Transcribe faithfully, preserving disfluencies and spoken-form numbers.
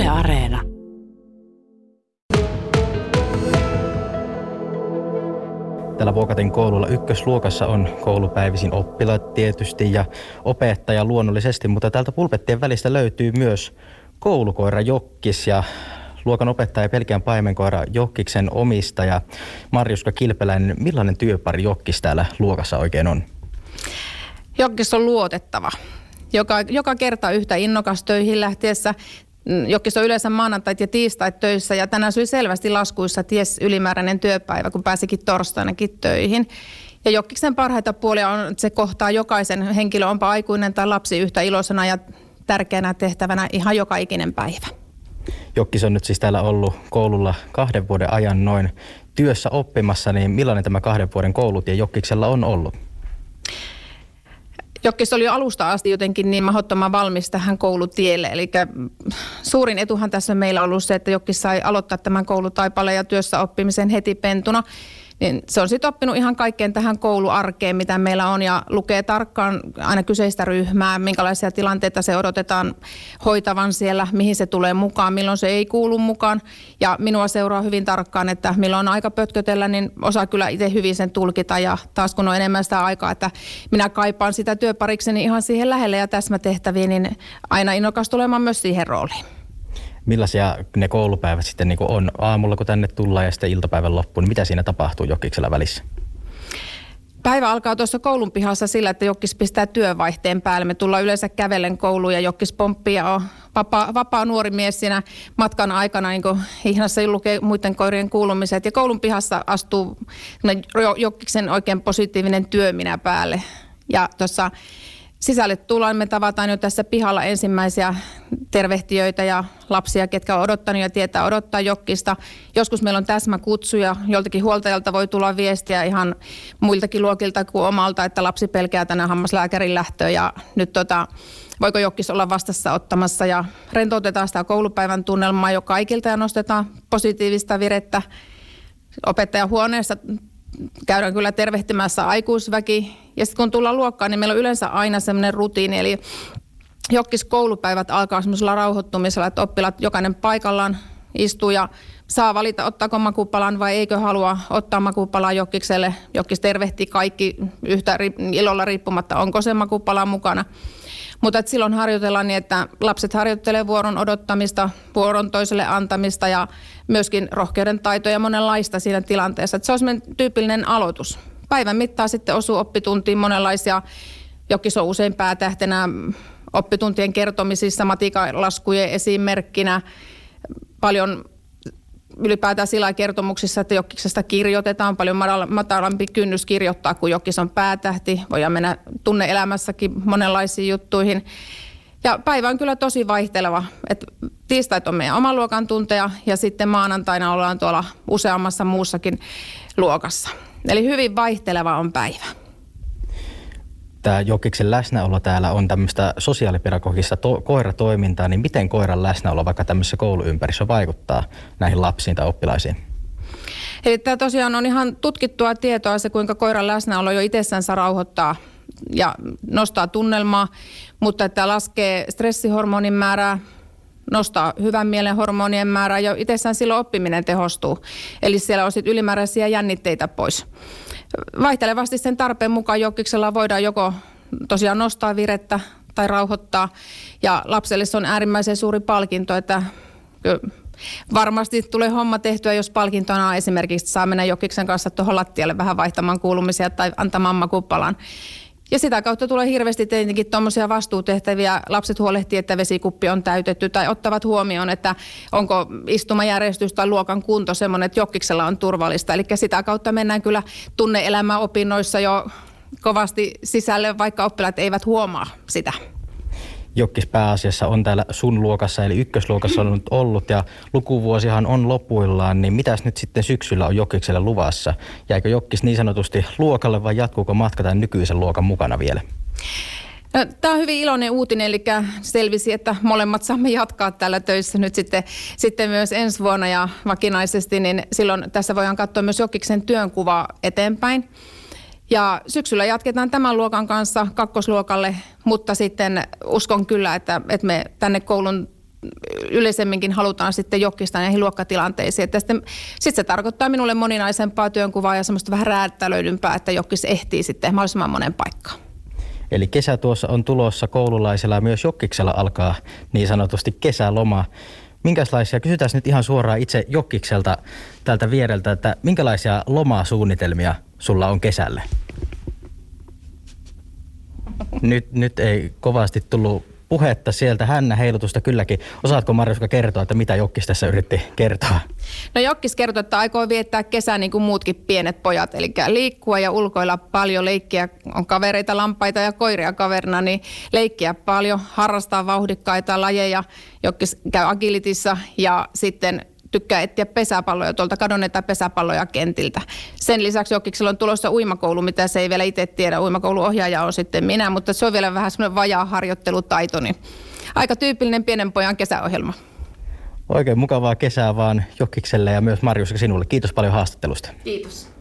Yle Areena. Täällä Vuokatin koululla ykkösluokassa on koulupäivisin oppilaat tietysti ja opettaja luonnollisesti, mutta täältä pulpettien välistä löytyy myös koulukoira Jokkis ja luokan opettaja Pelkän paimenkoira Jokkiksen omistaja Marjuska Kilpeläinen. Millainen työpari Jokkis täällä luokassa oikein on? Jokkis on luotettava. Joka, joka kerta yhtä innokas töihin lähtiessä. Jokkis on yleensä maanantait ja tiistait töissä ja tänään syi selvästi laskuissa ties ylimääräinen työpäivä, kun pääsikin torstainakin töihin. Ja Jokkiksen parhaita puolia on, että se kohtaa jokaisen henkilö, onpa aikuinen tai lapsi, yhtä iloisena ja tärkeänä tehtävänä ihan joka ikinen päivä. Jokkis on nyt siis täällä ollut koululla kahden vuoden ajan noin työssä oppimassa, niin millainen tämä kahden vuoden koulutie Jokkiksella on ollut? Jokkis oli jo alusta asti jotenkin niin mahdottoman valmis tähän koulutielle. Eli suurin etuhan tässä meillä on ollut se, että Jokkis sai aloittaa tämän koulutaipaleen ja työssä oppimisen heti pentuna. Niin se on sitten oppinut ihan kaikkeen tähän kouluarkeen, mitä meillä on, ja lukee tarkkaan aina kyseistä ryhmää, minkälaisia tilanteita se odotetaan hoitavan siellä, mihin se tulee mukaan, milloin se ei kuulu mukaan. Ja minua seuraa hyvin tarkkaan, että milloin on aika pötkötellä, niin osaa kyllä itse hyvin sen tulkita. Ja taas kun on enemmän sitä aikaa, että minä kaipaan sitä työparikseni ihan siihen lähelle ja täsmätehtäviin, niin aina innokas tulemaan myös siihen rooliin. Millaisia ne koulupäivät sitten niin kuin on aamulla, kun tänne tullaan ja sitten iltapäivän loppuun? Niin mitä siinä tapahtuu Jokkiksella välissä? Päivä alkaa tuossa koulun pihassa sillä, että Jokkis pistää työvaihteen päälle. Me tullaan yleensä kävellen kouluun ja Jokkis pomppii ja on vapaa, vapaa nuori mies siinä matkan aikana, niin kuin hihnassa lukee muiden koirien kuulumiset. Ja koulun pihassa astuu Jokkiksen oikein positiivinen työminä päälle. Ja tuossa sisälle tullaan, me tavataan jo tässä pihalla ensimmäisiä tervehtijöitä ja lapsia, ketkä on odottanut ja tietää odottaa Jokkista. Joskus meillä on täsmäkutsuja, joltakin huoltajalta voi tulla viestiä ihan muiltakin luokilta kuin omalta, että lapsi pelkää tänään hammaslääkärin lähtöä ja nyt tota, voiko Jokkis olla vastassa ottamassa ja rentoutetaan sitä koulupäivän tunnelmaa jo kaikilta ja nostetaan positiivista virettä. Opettajahuoneessa käydään kyllä tervehtimässä aikuisväki. Ja sitten kun tullaan luokkaan, niin meillä on yleensä aina semmoinen rutiini. Eli Jokkis koulupäivät alkaa semmoisella rauhoittumisella, että oppilaat jokainen paikallaan istuu ja saa valita, ottaako makupalan vai eikö halua ottaa makupalaa Jokkikselle. Jokkis tervehtii kaikki yhtä ilolla riippumatta, onko se makupala mukana. Mutta silloin harjoitellaan niin, että lapset harjoittelee vuoron odottamista, vuoron toiselle antamista ja myöskin rohkeuden taitoja monenlaista siinä tilanteessa. Että se on semmoinen tyypillinen aloitus. Päivän mittaan sitten osuu oppituntiin monenlaisia, Jokkis on usein päätähtenä oppituntien kertomisissa, matikan laskujen esimerkkinä, paljon ylipäätään sillä kertomuksissa, että Jokkiksesta kirjoitetaan, paljon matalampi kynnys kirjoittaa, kun Jokkis on päätähti. Voidaan mennä tunne-elämässäkin monenlaisiin juttuihin. Ja päivä on kyllä tosi vaihteleva. Et tiistait on meidän oman luokan tunteja ja sitten maanantaina ollaan tuolla useammassa muussakin luokassa. Eli hyvin vaihteleva on päivä. Tämä Jokkiksen läsnäolo täällä on tämmöistä sosiaalipedagogista to- koiratoimintaa, niin miten koiran läsnäolo vaikka tämmöisessä kouluympäristössä vaikuttaa näihin lapsiin tai oppilaisiin? Eli tämä tosiaan on ihan tutkittua tietoa se, kuinka koiran läsnäolo jo itsessänsä rauhoittaa ja nostaa tunnelmaa, mutta että laskee stressihormonin määrää, nostaa hyvän mielen hormonien määrää ja itsessään silloin oppiminen tehostuu. Eli siellä on sitten ylimääräisiä jännitteitä pois. Vaihtelevasti sen tarpeen mukaan Jokkiksella voidaan joko tosiaan nostaa virettä tai rauhoittaa. Ja lapselle se on äärimmäisen suuri palkinto, että varmasti tulee homma tehtyä, jos palkintona esimerkiksi saa mennä Jokkiksen kanssa tuohon lattialle vähän vaihtamaan kuulumisia tai antamaan makupalan. Ja sitä kautta tulee hirveästi tietenkin tuommoisia vastuutehtäviä. Lapset huolehtii, että vesikuppi on täytetty tai ottavat huomioon, että onko istumajärjestys tai luokan kunto semmoinen, että Jokkiksella on turvallista. Eli sitä kautta mennään kyllä tunne-elämäopinnoissa jo kovasti sisälle, vaikka oppilaat eivät huomaa sitä. Jokkis pääasiassa on täällä sun luokassa, eli ykkösluokassa on nyt ollut ja lukuvuosihan on lopuillaan, niin mitäs nyt sitten syksyllä on Jokkikselle luvassa? Jäikö Jokkis niin sanotusti luokalle vai jatkuuko matka tämän nykyisen luokan mukana vielä? No, tämä on hyvin iloinen uutinen, eli selvisi, että molemmat saamme jatkaa täällä töissä nyt sitten, sitten myös ensi vuonna ja vakinaisesti, niin silloin tässä voidaan katsoa myös Jokkiksen työnkuvaa eteenpäin. Ja syksyllä jatketaan tämän luokan kanssa kakkosluokalle, mutta sitten uskon kyllä, että, että me tänne koulun yleisemminkin halutaan sitten jokkista näihin luokkatilanteisiin. Että sitten, sitten se tarkoittaa minulle moninaisempaa työnkuvaa ja semmoista vähän räätälöidympää, että jokkis ehtii sitten mahdollisimman monen paikkaan. Eli kesä tuossa on tulossa koululaisilla ja myös jokkiksella alkaa niin sanotusti kesäloma. Minkälaisia, kysytään nyt ihan suoraan itse jokkikselta tältä viereltä, että minkälaisia lomasuunnitelmia sulla on kesälle? Nyt, nyt ei kovasti tullut puhetta sieltä, hännä heilutusta kylläkin. Osaatko Marjuska kertoa, että mitä Jokkis tässä yritti kertoa? No Jokkis kertoi, että aikoo viettää kesää niin kuin muutkin pienet pojat, eli liikkua ja ulkoilla paljon, leikkiä, on kavereita, lampaita ja koiria kaverina, niin leikkiä paljon, harrastaa vauhdikkaita lajeja. Jokkis käy agilitissa ja sitten tykkää etsiä pesäpalloja tuolta kadonneita pesäpalloja kentiltä. Sen lisäksi Jokkiksella on tulossa uimakoulu, mitä se ei vielä itse tiedä. Uimakouluohjaaja on sitten minä, mutta se on vielä vähän semmoinen vajaa harjoittelutaito. Niin aika tyypillinen pienen pojan kesäohjelma. Oikein mukavaa kesää vaan Jokkikselle ja myös Marjuska sinulle. Kiitos paljon haastattelusta. Kiitos.